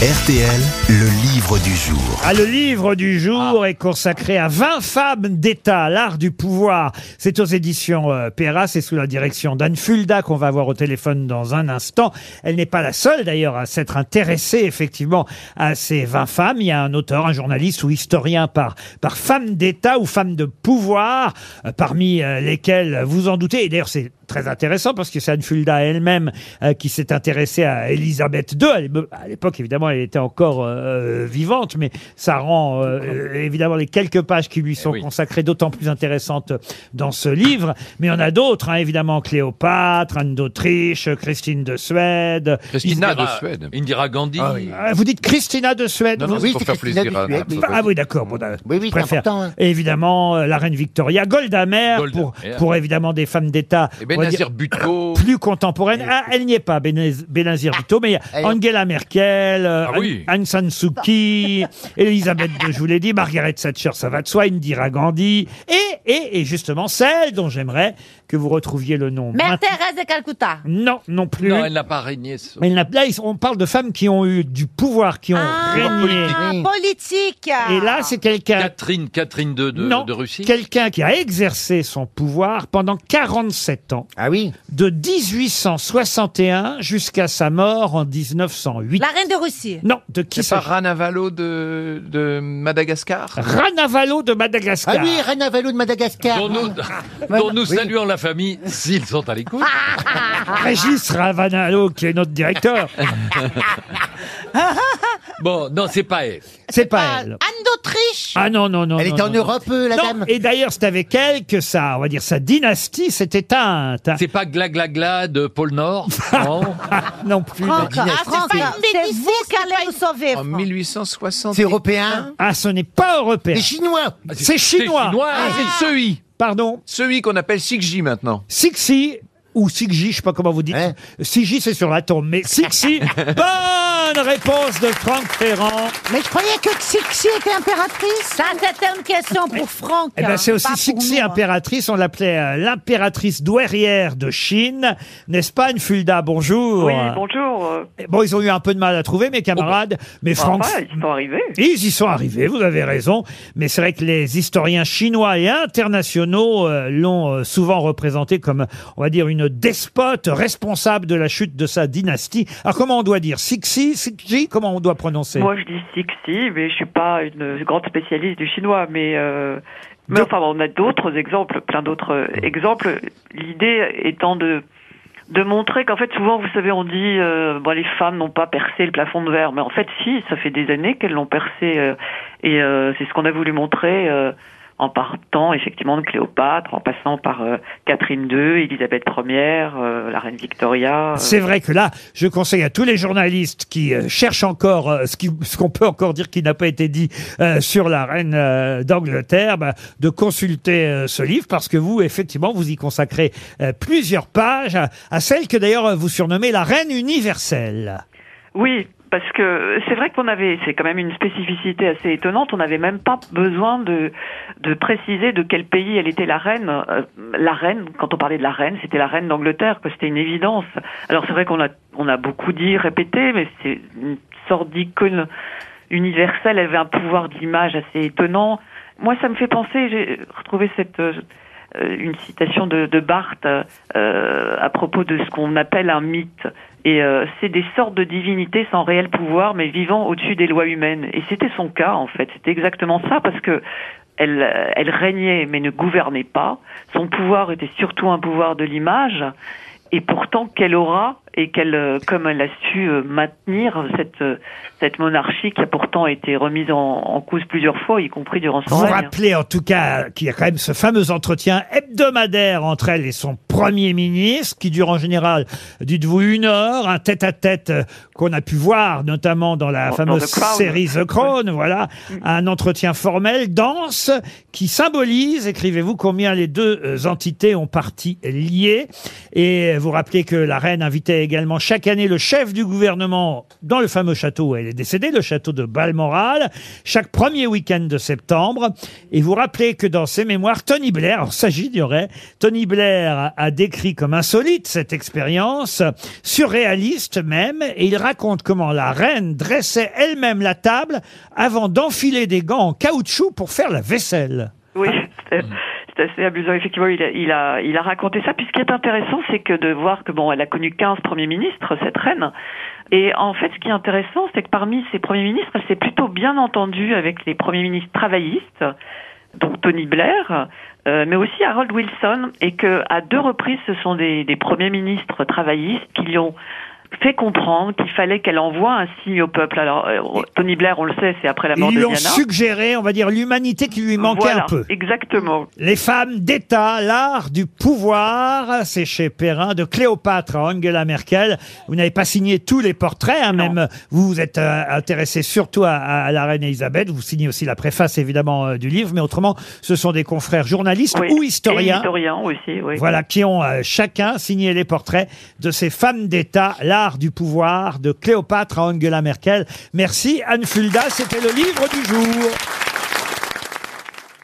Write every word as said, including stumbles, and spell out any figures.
R T L, le livre du jour. Ah, le livre du jour ah. est consacré à vingt femmes d'État, l'art du pouvoir. C'est aux éditions euh, Perra, c'est sous la direction d'Anne Fulda qu'on va avoir au téléphone dans un instant. Elle n'est pas la seule d'ailleurs à s'être intéressée effectivement à ces vingt femmes. Il y a un auteur, un journaliste ou historien par, par femme d'État ou femme de pouvoir, euh, parmi euh, lesquelles vous en doutez. Et d'ailleurs c'est très intéressant parce que c'est Anne Fulda elle-même euh, qui s'est intéressée à Élisabeth deux. À l'époque, évidemment, elle était encore euh, vivante, mais ça rend euh, évidemment les quelques pages qui lui sont eh oui. consacrées d'autant plus intéressantes dans ce livre. Mais il y en a d'autres, hein, évidemment, Cléopâtre, Anne d'Autriche, Christine de Suède. Christina Indira, de Suède. Indira Gandhi. Ah oui. Vous dites Christina de Suède? Non, non, oui, c'est pour faire plaisir à... Suède, oui. Ah oui, d'accord. Bon, oui, oui, c'est important. Hein. Évidemment, euh, la reine Victoria, Golda Meir, Golda pour, Meir. pour évidemment des femmes d'État. Et Benazir Bhutto. Plus contemporaine. Ah, elle n'y est pas, Benazir Bhutto, mais Angela Merkel, euh, ah, oui. Aung San Suu Kyi, Elisabeth deux, je vous l'ai dit, Margaret Thatcher, ça va de soi, Indira Gandhi, et, et, et justement celle dont j'aimerais que vous retrouviez le nom. Mère Thérèse de Calcutta. Non, non plus. Non, elle n'a pas régné. Ce... Mais là, on parle de femmes qui ont eu du pouvoir, qui ont ah, régné. Politique. politique. Et là, c'est quelqu'un... Catherine, Catherine deux de, non, de Russie. Quelqu'un qui a exercé son pouvoir pendant quarante-sept ans. Ah oui. De dix-huit cent soixante et un jusqu'à sa mort en dix-neuf cent huit. La reine de Russie. Non, de qui c'est pas Ranavalo de, de Madagascar. Ranavalo de Madagascar. Ah oui, Ranavalo de Madagascar. Dont nous, dont nous oui. saluons la famille, s'ils sont à l'écoute. Régis Ravanalo, qui est notre directeur. Bon, non, c'est pas elle. C'est pas elle. Anne d'Autriche. Ah non, non, non. Elle non, était non, en non. Europe, euh, la non, dame. Et d'ailleurs, c'est avec elle que sa, on va dire, sa dynastie s'est éteinte. C'est pas Gla Gla Gla de Pôle Nord. Non. Non plus. Franck, ah, c'est pas c'est vous qui allez nous sauver. En mille huit cent soixante. C'est européen. Ah, ce n'est pas européen. C'est chinois. C'est chinois. chinois. Ah, c'est Sui. Pardon. Sui qu'on appelle Sixji maintenant. Sixi. Ou Sixji, je sais pas comment vous dites. Hein Sixji, c'est sur la tombe, mais Sixi, bonne réponse de Franck Ferrand. Mais je croyais que Sixi était impératrice. Ça, c'était une question pour Franck. Eh ben, c'est aussi Sixi nous, impératrice. On l'appelait euh, l'impératrice douairière de Chine. N'est-ce pas, Anne Fulda? Bonjour. Oui, bonjour. Bon, ils ont eu un peu de mal à trouver, mes camarades. Oh, mais Franck... Enfin, ils sont arrivés. Ils y sont arrivés, vous avez raison. Mais c'est vrai que les historiens chinois et internationaux euh, l'ont euh, souvent représenté comme, on va dire, une despote responsable de la chute de sa dynastie. Alors comment on doit dire? Sixi, Sixi, comment on doit prononcer? Moi je dis Sixi, mais je suis pas une grande spécialiste du chinois, mais euh, mais Donc... enfin on a d'autres exemples, plein d'autres exemples. L'idée étant de de montrer qu'en fait souvent vous savez on dit euh, bon les femmes n'ont pas percé le plafond de verre, mais en fait si, ça fait des années qu'elles l'ont percé euh, et euh, c'est ce qu'on a voulu montrer. Euh, en partant effectivement de Cléopâtre, en passant par euh, Catherine deux, Élisabeth première, euh, la reine Victoria. Euh... C'est vrai que là, je conseille à tous les journalistes qui euh, cherchent encore euh, ce, qui, ce qu'on peut encore dire qui n'a pas été dit euh, sur la reine euh, d'Angleterre, bah, de consulter euh, ce livre, parce que vous, effectivement, vous y consacrez euh, plusieurs pages à, à celle que d'ailleurs vous surnommez la reine universelle. Oui. Parce que c'est vrai qu'on avait, c'est quand même une spécificité assez étonnante, on n'avait même pas besoin de de préciser de quel pays elle était la reine. Euh, la reine, quand on parlait de la reine, c'était la reine d'Angleterre, que c'était une évidence. Alors c'est vrai qu'on a on a beaucoup dit, répété, mais c'est une sorte d'icône universelle, elle avait un pouvoir d'image assez étonnant. Moi ça me fait penser, j'ai retrouvé cette... Euh, une citation de, de Barthes euh, à propos de ce qu'on appelle un mythe. Et euh, c'est des sortes de divinités sans réel pouvoir, mais vivant au-dessus des lois humaines. Et c'était son cas, en fait. C'était exactement ça, parce que elle, elle régnait, mais ne gouvernait pas. Son pouvoir était surtout un pouvoir de l'image. Et pourtant, quelle aura et quelle, comme elle a su maintenir cette cette monarchie qui a pourtant été remise en, en cause plusieurs fois, y compris durant son règne. Vous règne. rappelez en tout cas qu'il y a quand même ce fameux entretien hebdomadaire entre elle et son Premier ministre, qui dure en général, dites-vous, une heure, un tête-à-tête qu'on a pu voir, notamment dans la dans fameuse The Crown. série The Crown, oui. Voilà, un entretien formel, dense, qui symbolise, écrivez-vous, combien les deux entités ont parti liées. Et vous rappelez que la reine invitait recevait également chaque année le chef du gouvernement dans le fameux château où elle est décédée, le château de Balmoral, chaque premier week-end de septembre. Et vous rappelez que dans ses mémoires, Tony Blair, alors ça j'ignorais, Tony Blair a décrit comme insolite cette expérience, surréaliste même, et il raconte comment la reine dressait elle-même la table avant d'enfiler des gants en caoutchouc pour faire la vaisselle. Oui, c'est c'est assez amusant. Effectivement, il a, il a, il a raconté ça. Puis ce qui est intéressant, c'est que de voir que bon, elle a connu quinze premiers ministres, cette reine. Et en fait, ce qui est intéressant, c'est que parmi ces premiers ministres, elle s'est plutôt bien entendue avec les premiers ministres travaillistes, donc Tony Blair, euh, mais aussi Harold Wilson, et que à deux reprises, ce sont des, des premiers ministres travaillistes qui lui ont fait comprendre qu'il fallait qu'elle envoie un signe au peuple. Alors, euh, Tony Blair, on le sait, c'est après la mort Ils de lui Diana. ont suggéré, on va dire, l'humanité qui lui manquait Voilà, un peu. exactement. Les femmes d'État, l'art du pouvoir, c'est chez Perrin, de Cléopâtre à Angela Merkel. Vous n'avez pas signé tous les portraits, hein, même vous vous êtes euh, intéressé surtout à, à la reine Elisabeth. Vous signez aussi la préface, évidemment, euh, du livre, mais autrement, ce sont des confrères journalistes Oui. ou historiens. Et historiens aussi, oui. Voilà, qui ont euh, chacun signé les portraits de ces femmes d'État, l'art du pouvoir, de Cléopâtre à Angela Merkel. Merci Anne Fulda, c'était le livre du jour.